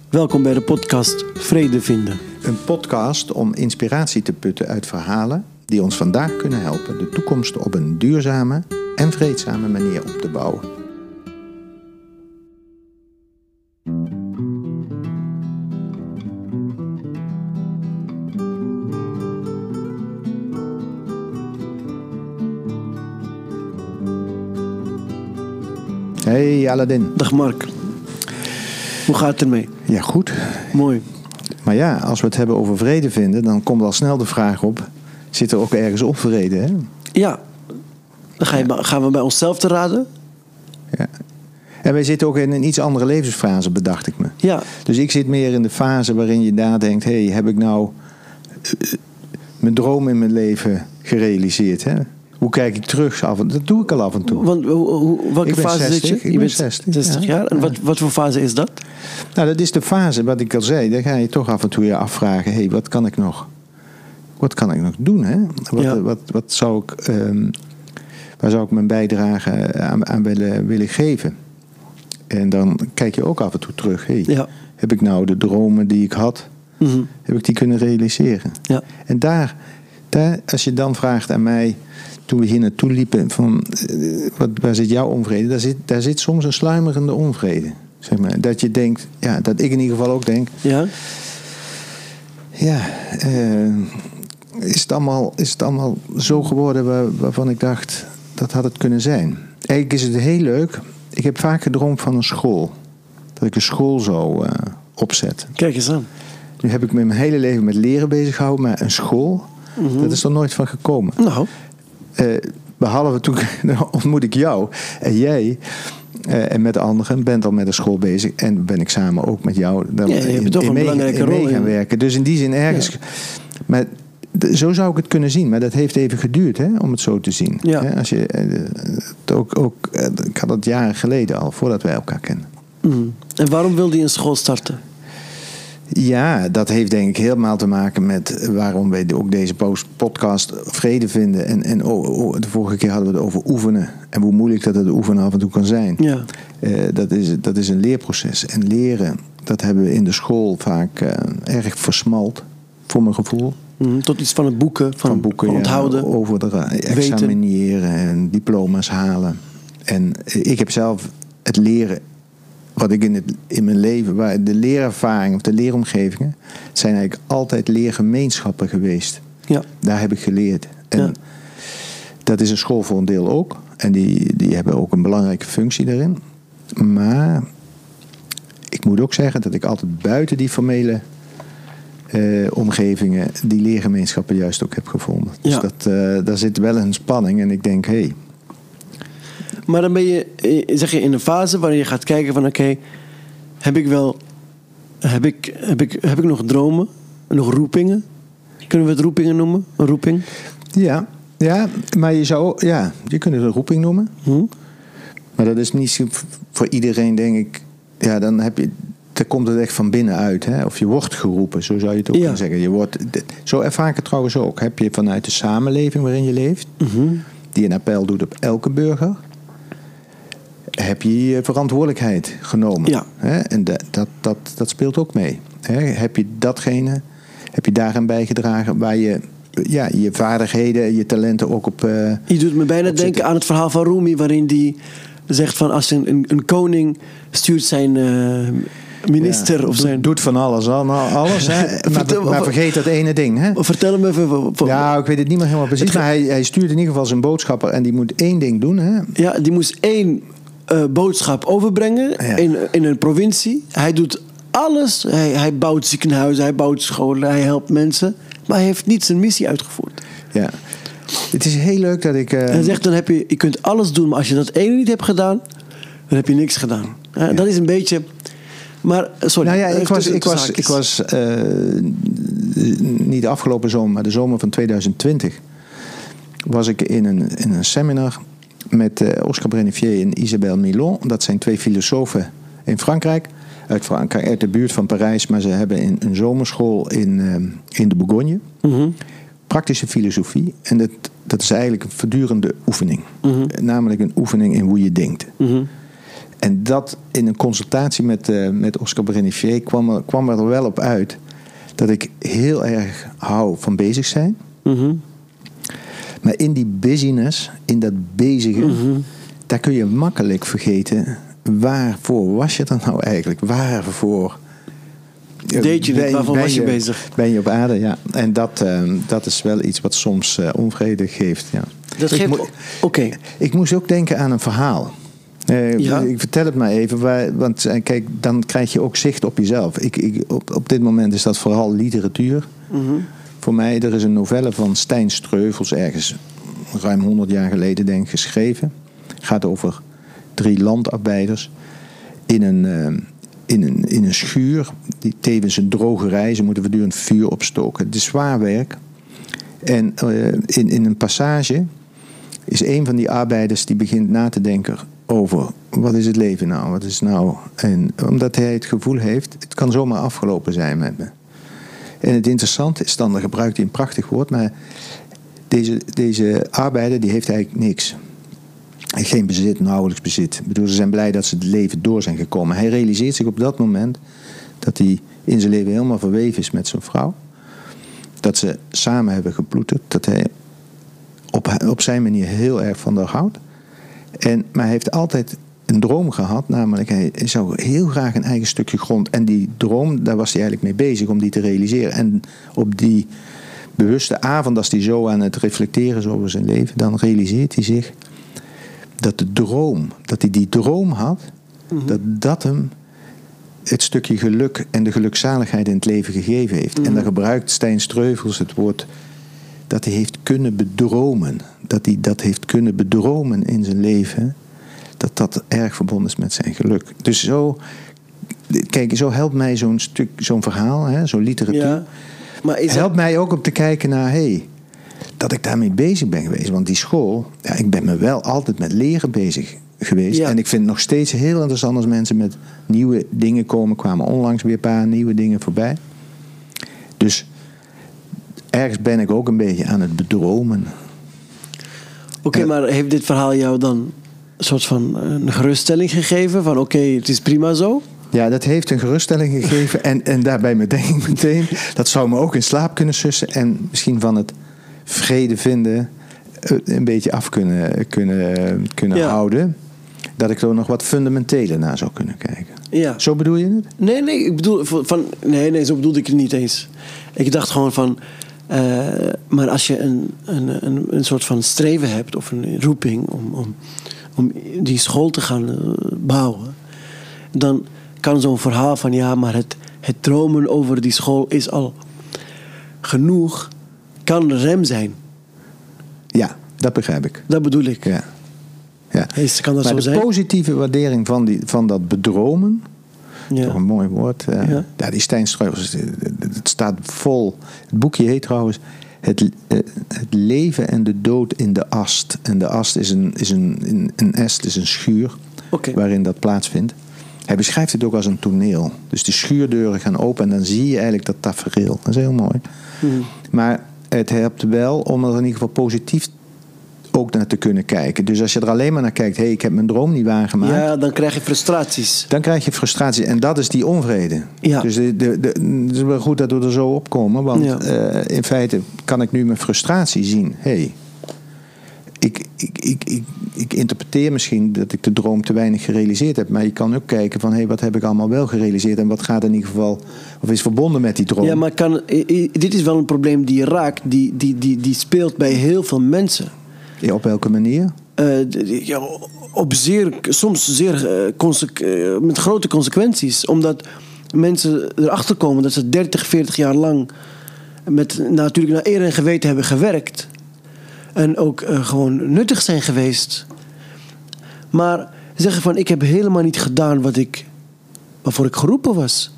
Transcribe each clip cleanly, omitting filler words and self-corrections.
Welkom bij de podcast Vrede Vinden. Een podcast om inspiratie te putten uit verhalen die ons vandaag kunnen helpen de toekomst op een duurzame en vreedzame manier op te bouwen. Hey Aladdin. Dag Mark. Hoe gaat het ermee? Ja, goed. Mooi. Maar ja, als we het hebben over vrede vinden, dan komt al snel de vraag op, zit er ook ergens onvrede, hè? Ja. Dan gaan we bij onszelf te raden. Ja. En wij zitten ook in een iets andere levensfase, bedacht ik me. Ja. Dus ik zit meer in de fase waarin je nadenkt, hey, heb ik nou mijn droom in mijn leven gerealiseerd, hè? Hoe kijk ik terug? Dat doe ik al af en toe. Want welke fase 60, zit je? Ik ben 60. 60 jaar. En wat voor fase is dat? Nou, dat is de fase, wat ik al zei. Dan ga je toch af en toe je afvragen, hey, wat kan ik nog doen, hè? Wat zou ik, waar zou ik mijn bijdrage aan willen geven? En dan kijk je ook af en toe terug. Hey, heb ik nou de dromen die ik had, heb ik die kunnen realiseren? Ja. En daar, als je dan vraagt aan mij, toen we hier naartoe liepen, van waar zit jouw onvrede? Daar zit soms een sluimerende onvrede. Zeg maar. Dat je denkt, ja, dat ik in ieder geval ook denk. Ja. Ja, is het allemaal zo geworden waarvan ik dacht, dat had het kunnen zijn. Eigenlijk is het heel leuk. Ik heb vaak gedroomd van een school. Dat ik een school zou opzetten. Kijk eens aan. Nu heb ik me mijn hele leven met leren bezig gehouden, maar een school, dat is er nooit van gekomen. Nou. Behalve toen ontmoet ik jou en jij en met anderen bent al met een school bezig en ben ik samen ook met jou je hebt toch een belangrijke rol gaan werken. Dus in die zin ergens. Ja. Maar zo zou ik het kunnen zien, maar dat heeft even geduurd, hè, om het zo te zien. Ja. Als je ik had het jaren geleden al, voordat wij elkaar kennen. En waarom wilde je een school starten? Ja, dat heeft denk ik helemaal te maken met waarom wij ook deze podcast Vrede Vinden. En de vorige keer hadden we het over oefenen. En hoe moeilijk dat het oefenen af en toe kan zijn. Ja. Dat is een leerproces. En leren, dat hebben we in de school vaak erg versmald, voor mijn gevoel. Tot iets van het boeken, van onthouden. Ja, over examineren en diploma's halen. En ik heb zelf het leren, wat ik in mijn leven, waar de leerervaring of de leeromgevingen, zijn eigenlijk altijd leergemeenschappen geweest. Ja. Daar heb ik geleerd. En dat is een school voor een deel ook. En die hebben ook een belangrijke functie daarin. Maar ik moet ook zeggen dat ik altijd buiten die formele omgevingen die leergemeenschappen juist ook heb gevonden. Dus daar zit wel een spanning. En ik denk, hey. Maar dan ben je, zeg je, in een fase waarin je gaat kijken van oké, heb ik nog dromen? Nog roepingen? Kunnen we het roepingen noemen? Een roeping? Ja, maar je kunt het een roeping noemen. Maar dat is niet voor iedereen, denk ik. Ja, dan komt het echt van binnenuit. Hè? Of je wordt geroepen, zo zou je het ook kunnen zeggen. Zo ervaar ik het trouwens ook. Heb je vanuit de samenleving waarin je leeft, die een appel doet op elke burger, heb je je verantwoordelijkheid genomen. Ja. Hè? En dat speelt ook mee. Hè? Heb je daaraan bijgedragen waar je je vaardigheden, je talenten ook op je doet me bijna denken aan het verhaal van Rumi, waarin die zegt van als een koning stuurt zijn minister of zijn... Doet van alles, hè? maar vergeet dat ene ding. Hè? Vertel hem even. Ja, ik weet het niet meer helemaal precies. Maar hij stuurt in ieder geval zijn boodschapper en die moet één ding doen. Hè? Ja, die moest één boodschap overbrengen in een provincie. Hij doet alles. Hij bouwt ziekenhuizen, hij bouwt scholen, hij helpt mensen. Maar hij heeft niet zijn missie uitgevoerd. Ja. Het is heel leuk dat ik... Hij zegt, dan je kunt alles doen, maar als je dat ene niet hebt gedaan, dan heb je niks gedaan. Dat is een beetje... Maar, sorry. Nou ja, ik was niet de afgelopen zomer, maar de zomer van 2020... was ik in een seminar met Oscar Brennivier en Isabelle Milon. Dat zijn twee filosofen in Frankrijk. Uit de buurt van Parijs, maar ze hebben een zomerschool in de Bourgogne. Praktische filosofie. En dat is eigenlijk een voortdurende oefening. Namelijk een oefening in hoe je denkt. En dat in een consultatie met Oscar Brenifier kwam er wel op uit dat ik heel erg hou van bezig zijn. Mm-hmm. Maar in die busyness, in dat bezige, mm-hmm. daar kun je makkelijk vergeten, waarvoor was je er nou eigenlijk? Waarvoor deed je dit? Waarvoor was je bezig? Ben je op aarde, ja. En dat is wel iets wat soms onvrede geeft, ja. Dat geeft... Oké. Ik moest ook denken aan een verhaal. Ik vertel het maar even, want kijk, dan krijg je ook zicht op jezelf. Op dit moment is dat vooral literatuur. Mm-hmm. Voor mij, er is een novelle van Stijn Streuvels, ergens ruim 100 jaar geleden denk ik, geschreven. Gaat over 3 landarbeiders in een schuur, die tevens een drogerij. Ze moeten voortdurend vuur opstoken. Het is zwaar werk. En in een passage is een van die arbeiders die begint na te denken over wat is het leven nou, wat is nou. En omdat hij het gevoel heeft, het kan zomaar afgelopen zijn met me. En het interessante is dan gebruikt hij een prachtig woord, maar deze arbeider die heeft eigenlijk niks. Geen bezit, nauwelijks bezit. Ik bedoel, ze zijn blij dat ze het leven door zijn gekomen. Hij realiseert zich op dat moment dat hij in zijn leven helemaal verweven is met zijn vrouw. Dat ze samen hebben geploeterd. Dat hij op zijn manier heel erg van haar houdt. Maar hij heeft altijd een droom gehad. Namelijk, hij zou heel graag een eigen stukje grond. En die droom, daar was hij eigenlijk mee bezig om die te realiseren. En op die bewuste avond, als hij zo aan het reflecteren is over zijn leven, dan realiseert hij zich dat hij die droom had, mm-hmm. dat hem het stukje geluk en de gelukzaligheid in het leven gegeven heeft. Mm-hmm. En dan gebruikt Stijn Streuvels het woord dat hij heeft kunnen bedromen. Dat hij dat heeft kunnen bedromen in zijn leven, dat erg verbonden is met zijn geluk. Dus zo helpt mij zo'n verhaal, hè, zo'n literatuur. Ja, maar helpt mij ook om te kijken naar, dat ik daarmee bezig ben geweest. Want die school, ik ben me wel altijd met leren bezig geweest. Ja. En ik vind het nog steeds heel interessant als mensen met nieuwe dingen komen. Kwamen onlangs weer een paar nieuwe dingen voorbij. Dus ergens ben ik ook een beetje aan het bedromen. Oké, maar heeft dit verhaal jou dan een soort van een geruststelling gegeven? Van oké, het is prima zo? Ja, dat heeft een geruststelling gegeven. En daarbij denk ik meteen, dat zou me ook in slaap kunnen sussen. En misschien van het vrede vinden een beetje af kunnen houden. Dat ik er nog wat fundamenteler naar zou kunnen kijken. Ja. Zo bedoel je het? Nee, ik bedoel nee, zo bedoelde ik het niet eens. Ik dacht gewoon van, maar als je een soort van streven hebt of een roeping om die school te gaan bouwen, dan kan zo'n verhaal van maar het dromen over die school is al genoeg, kan rem zijn. Ja, dat begrijp ik. Dat bedoel ik. Ja. Kan dat maar zo de zijn? Positieve waardering van dat bedromen, toch een mooi woord. Die Stijn Streuvels, het staat vol. Het boekje heet trouwens Het leven en de dood in de ast. En de ast is een est, is een schuur waarin dat plaatsvindt. Hij beschrijft het ook als een toneel. Dus de schuurdeuren gaan open en dan zie je eigenlijk dat tafereel. Dat is heel mooi. Mm. Maar het helpt wel om er in ieder geval positief ook naar te kunnen kijken. Dus als je er alleen maar naar kijkt, ik heb mijn droom niet waargemaakt. Ja, dan krijg je frustraties. En dat is die onvrede. Ja. Dus het is wel goed dat we er zo op komen. Want in feite kan ik nu mijn frustratie zien. Ik interpreteer misschien dat ik de droom te weinig gerealiseerd heb. Maar je kan ook kijken van, wat heb ik allemaal wel gerealiseerd? En wat gaat in ieder geval, of is verbonden met die droom? Ja, maar dit is wel een probleem die raakt. Die speelt bij heel veel mensen. Ja, op welke manier? Soms zeer met grote consequenties. Omdat mensen erachter komen dat ze 30, 40 jaar lang natuurlijk naar eer en geweten hebben gewerkt. En ook gewoon nuttig zijn geweest. Maar zeggen van, ik heb helemaal niet gedaan waarvoor ik geroepen was.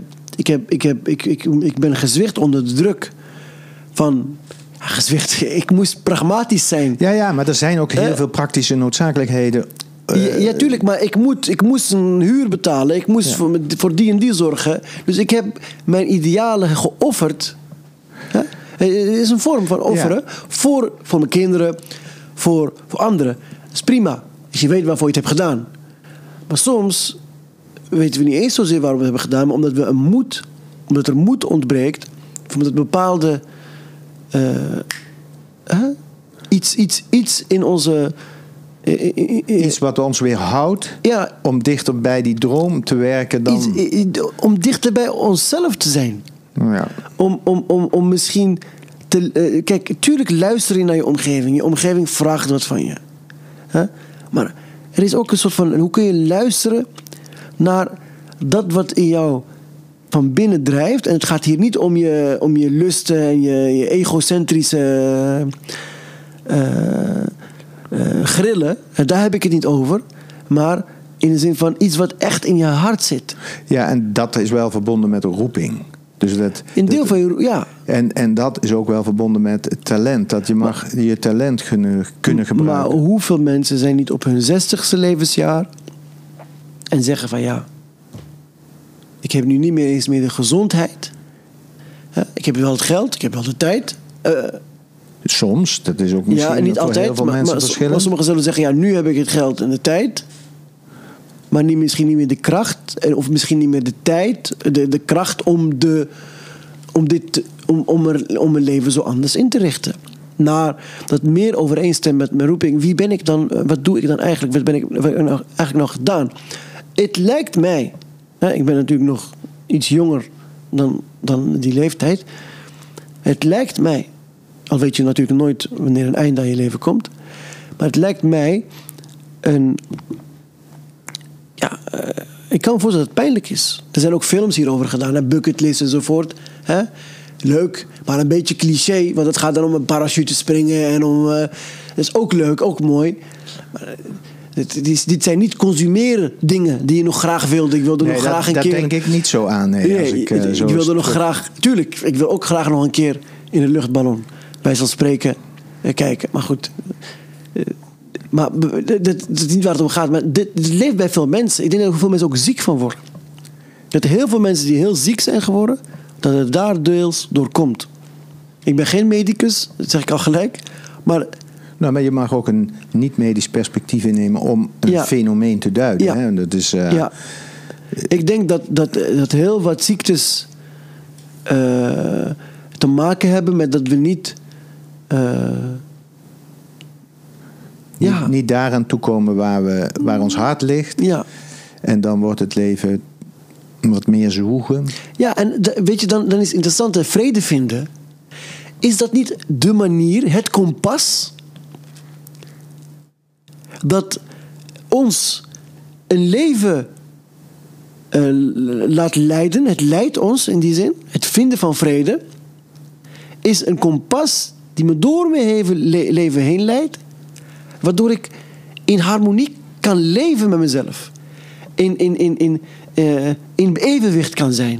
Ik ben gezwicht onder de druk van... ik moest pragmatisch zijn. Ja, maar er zijn ook heel veel praktische noodzakelijkheden. Ja, tuurlijk, maar ik moest een huur betalen. Ik moest voor die en die zorgen. Dus ik heb mijn idealen geofferd. Het is een vorm van offeren. Voor mijn kinderen, voor anderen. Dat is prima, als je weet waarvoor je het hebt gedaan. Maar soms weten we niet eens zozeer waarom we het hebben gedaan, maar omdat er moed ontbreekt, of omdat bepaalde iets in onze... Iets wat ons weerhoudt om dichter bij die droom te werken dan... om dichter bij onszelf te zijn. Ja. Om misschien... kijk, tuurlijk luister je naar je omgeving. Je omgeving vraagt wat van je. Maar er is ook een soort van... Hoe kun je luisteren naar dat wat in jou van binnen drijft? En het gaat hier niet om je lusten en je egocentrische... grillen, en daar heb ik het niet over, maar in de zin van iets wat echt in je hart zit. Ja, en dat is wel verbonden met een roeping. Dus een deel van je, ja. En dat is ook wel verbonden met talent. Dat je mag je talent kunnen gebruiken. Maar hoeveel mensen zijn niet op hun 60ste levensjaar en zeggen van ja, ik heb nu niet meer eens meer de gezondheid. Ik heb wel het geld, ik heb wel de tijd. Soms, dat is ook misschien niet voor altijd, heel veel mensen verschillend. Maar sommigen zullen zeggen, ja, nu heb ik het geld en de tijd. Maar misschien niet meer de kracht. Of misschien niet meer de tijd. De kracht om mijn leven zo anders in te richten. Naar dat meer overeenstemt met mijn roeping. Wie ben ik dan? Wat doe ik dan eigenlijk? Wat heb ik eigenlijk nog gedaan? Het lijkt mij... ik ben natuurlijk nog iets jonger dan die leeftijd. Het lijkt mij... Al weet je natuurlijk nooit wanneer een einde aan je leven komt. Maar het lijkt mij ik kan me voorstellen dat het pijnlijk is. Er zijn ook films hierover gedaan. Bucketlist enzovoort. Leuk, maar een beetje cliché. Want het gaat dan om een parachute springen. En dat is ook leuk, ook mooi. Maar dit zijn niet consumeren dingen die je nog graag wilde. Ik wilde nog graag een keer... Dat denk ik niet zo aan. Ik wilde nog graag... Tuurlijk, ik wil ook graag nog een keer in een luchtballon bij zal spreken kijken. Maar goed. Maar dat is niet waar het om gaat. Maar dit leeft bij veel mensen. Ik denk dat er veel mensen ook ziek van worden. Dat er heel veel mensen die heel ziek zijn geworden, dat het daar deels door komt. Ik ben geen medicus, dat zeg ik al gelijk. Maar je mag ook een niet-medisch perspectief innemen om een fenomeen te duiden. Ja. Hè? Dat is, Ik denk dat heel wat ziektes te maken hebben met dat we niet niet daaraan toekomen waar ons hart ligt. Ja. En dan wordt het leven wat meer zwoegen. Ja, en weet je, dan is het interessant, vrede vinden. Is dat niet de manier, het kompas, dat ons een leven laat leiden? Het leidt ons in die zin. Het vinden van vrede is een kompas die me door mijn leven heen leidt, waardoor ik in harmonie kan leven met mezelf. In evenwicht kan zijn.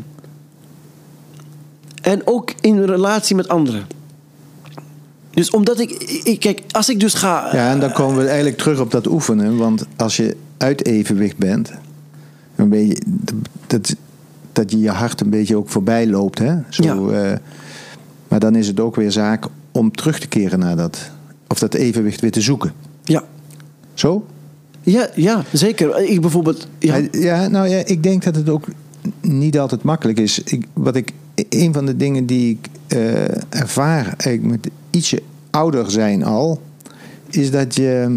En ook in relatie met anderen. Dus omdat ik kijk, als ik dus ga... Ja, en dan komen we eigenlijk terug op dat oefenen. Want als je uit evenwicht bent, dan ben je dat je hart een beetje ook voorbij loopt. Hè? Zo, maar dan is het ook weer zaak om terug te keren naar dat evenwicht weer te zoeken. Ja. Zo? Ja, zeker. Ik bijvoorbeeld... Ik denk dat het ook niet altijd makkelijk is. Een van de dingen die ik ervaar met ietsje ouder zijn al, is dat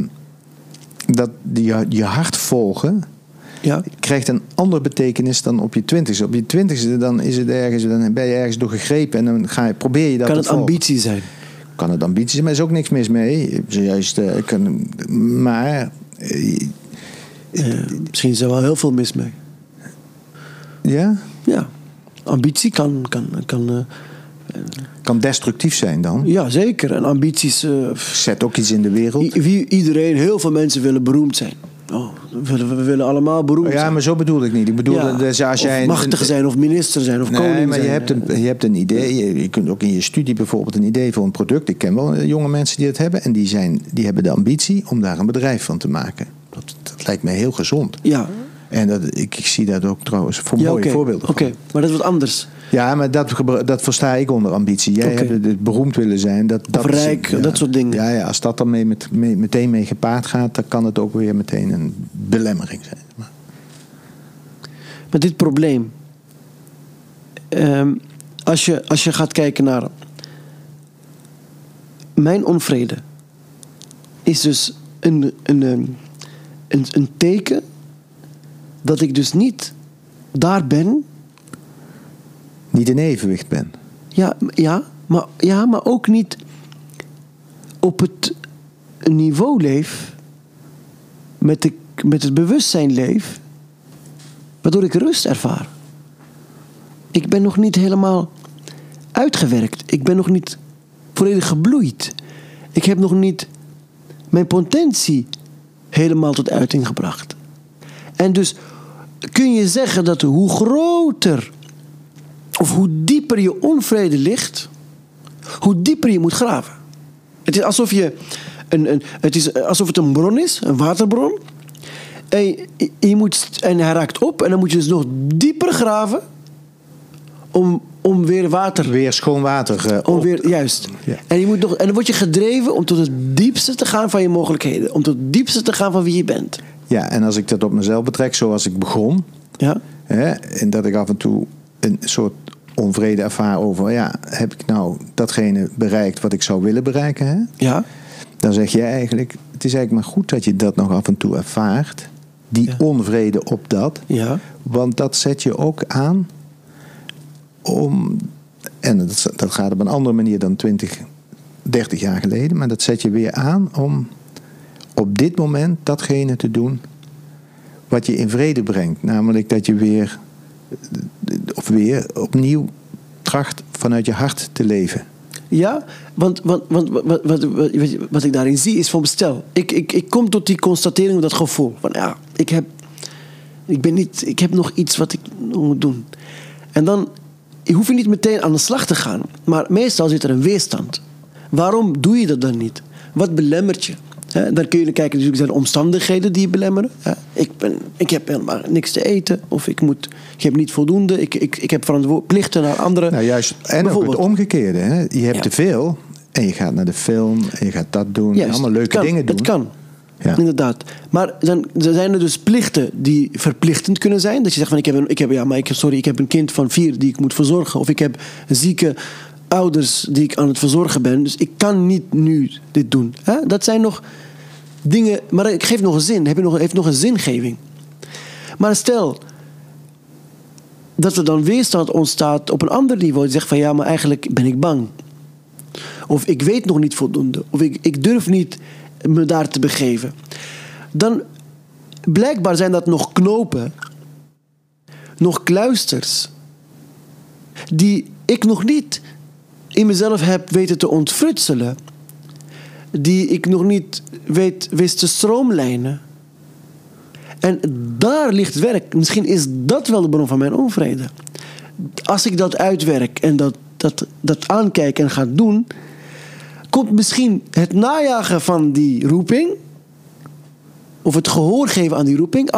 je hart volgen krijgt een andere betekenis dan op je 20ste. Op je 20ste dan is het ergens, dan ben je ergens door gegrepen en dan probeer je dat te volgen. Kan het ambitie zijn? Kan het ambitie zijn, maar er is ook niks mis mee. Juist, maar... misschien is er wel heel veel mis mee. Ja? Ja. Ambitie kan destructief zijn dan? Ja, zeker. En ambities... Zet ook iets in de wereld. Heel veel mensen willen beroemd zijn. We willen allemaal beroemd zijn. Ja, maar zo bedoel ik niet. Ik bedoel, dus als jij machtig zijn, of minister zijn, of koning maar zijn. Je hebt een idee. Je kunt ook in je studie bijvoorbeeld een idee voor een product. Ik ken wel jonge mensen die het hebben. En die hebben de ambitie om daar een bedrijf van te maken. Dat lijkt mij heel gezond. Ja. En ik zie dat ook trouwens voor mooie voorbeelden van. Oké, maar dat is wat anders. Ja, maar dat versta ik onder ambitie. Jij hebt het beroemd willen zijn. Of rijk, dat soort dingen. Ja, als dat dan meteen mee gepaard gaat, dan kan het ook weer meteen een belemmering zijn. met dit probleem. Als je gaat kijken naar mijn onvrede, is dus een teken dat ik dus niet daar ben. Niet in evenwicht ben. Maar ook niet op het niveau leef, met het bewustzijn leef, waardoor ik rust ervaar. Ik ben nog niet helemaal uitgewerkt. Ik ben nog niet volledig gebloeid. Ik heb nog niet mijn potentie helemaal tot uiting gebracht. En dus kun je zeggen dat hoe groter of hoe dieper je onvrede ligt, hoe dieper je moet graven. Het is alsof alsof het een bron is, een waterbron. En hij raakt op en dan moet je dus nog dieper graven om weer water. Weer schoon water. Juist. Ja. En dan word je gedreven om tot het diepste te gaan van je mogelijkheden. Om tot het diepste te gaan van wie je bent. Ja, en als ik dat op mezelf betrek, zoals ik begon. Ja. En dat ik af en toe een soort onvrede ervaar over, heb ik nou datgene bereikt wat ik zou willen bereiken? Hè? Ja. Dan zeg je eigenlijk, het is eigenlijk maar goed dat je dat nog af en toe ervaart. Die onvrede op dat. Ja. Want dat zet je ook aan om, en dat gaat op een andere manier dan 20, 30 jaar geleden, maar dat zet je weer aan om op dit moment datgene te doen wat je in vrede brengt. Namelijk dat je weer opnieuw tracht vanuit je hart te leven. Ja, want wat ik daarin zie is van stel, ik kom tot die constatering, dat gevoel van ik heb nog iets wat ik moet doen. En dan hoef je niet meteen aan de slag te gaan, maar meestal zit er een weerstand. Waarom doe je dat dan niet? Wat belemmert je? Daar kun je kijken, natuurlijk zijn omstandigheden die je belemmeren. Ik heb helemaal niks te eten, of ik heb niet voldoende, ik heb plichten naar anderen. Nou juist, en ook het omgekeerde. Hè? Je hebt te veel en je gaat naar de film en je gaat dat doen. Juist, allemaal leuke dingen doen. Het kan, inderdaad. Maar dan zijn er dus plichten die verplichtend kunnen zijn. Dat je zegt van ik heb een kind van 4 die ik moet verzorgen, of ik heb zieke ouders die ik aan het verzorgen ben, dus ik kan niet nu dit doen. Dat zijn nog dingen, maar het geeft nog een zin, heeft nog een zingeving. Maar stel dat er dan weerstand ontstaat op een ander niveau, die zegt van maar eigenlijk ben ik bang. Of ik weet nog niet voldoende. Of ik durf niet me daar te begeven. Dan blijkbaar zijn dat nog knopen, nog kluisters, die ik nog niet in mezelf heb weten te ontfrutselen, die ik nog niet wist te stroomlijnen. En daar ligt werk. Misschien is dat wel de bron van mijn onvrede. Als ik dat uitwerk en dat aankijk en ga doen, komt misschien het najagen van die roeping, of het gehoor geven aan die roeping,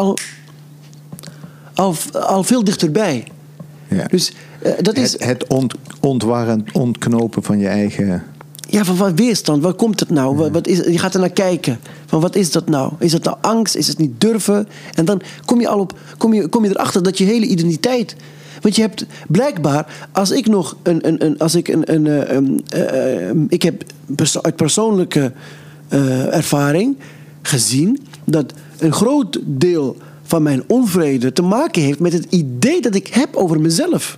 al veel dichterbij. Ja. Dus dat is het ontwarren, ontknopen van je eigen. Ja, van wat weerstand, waar komt het nou? Ja. Je gaat er naar kijken. Van wat is dat nou? Is het nou angst? Is het niet durven? En dan kom je erachter dat je hele identiteit. Want je hebt blijkbaar, als ik nog ik heb uit persoonlijke ervaring gezien dat een groot deel van mijn onvrede te maken heeft met het idee dat ik heb over mezelf.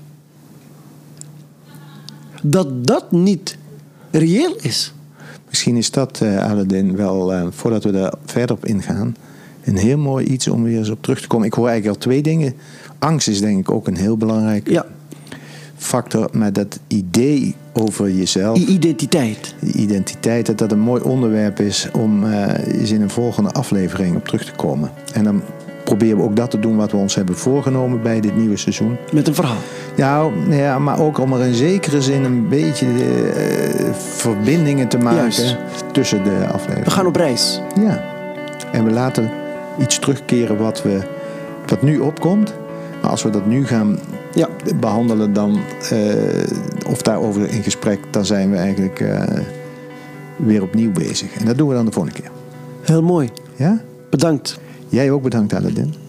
Dat niet reëel is. Misschien is dat, Aladdin, wel, voordat we daar verder op ingaan, een heel mooi iets om weer eens op terug te komen. Ik hoor eigenlijk al 2 dingen. Angst is denk ik ook een heel belangrijk factor, maar dat idee over jezelf. Die identiteit. Die identiteit, dat een mooi onderwerp is om eens in een volgende aflevering op terug te komen. En dan proberen we ook dat te doen wat we ons hebben voorgenomen bij dit nieuwe seizoen. Met een verhaal. Ja, maar ook om er in zekere zin een beetje verbindingen te maken tussen de afleveringen. We gaan op reis. Ja. En we laten iets terugkeren wat nu opkomt. Maar als we dat nu gaan behandelen, dan, of daarover in gesprek, dan zijn we eigenlijk weer opnieuw bezig. En dat doen we dan de volgende keer. Heel mooi. Ja? Bedankt. Jij ook bedankt, Aladdin.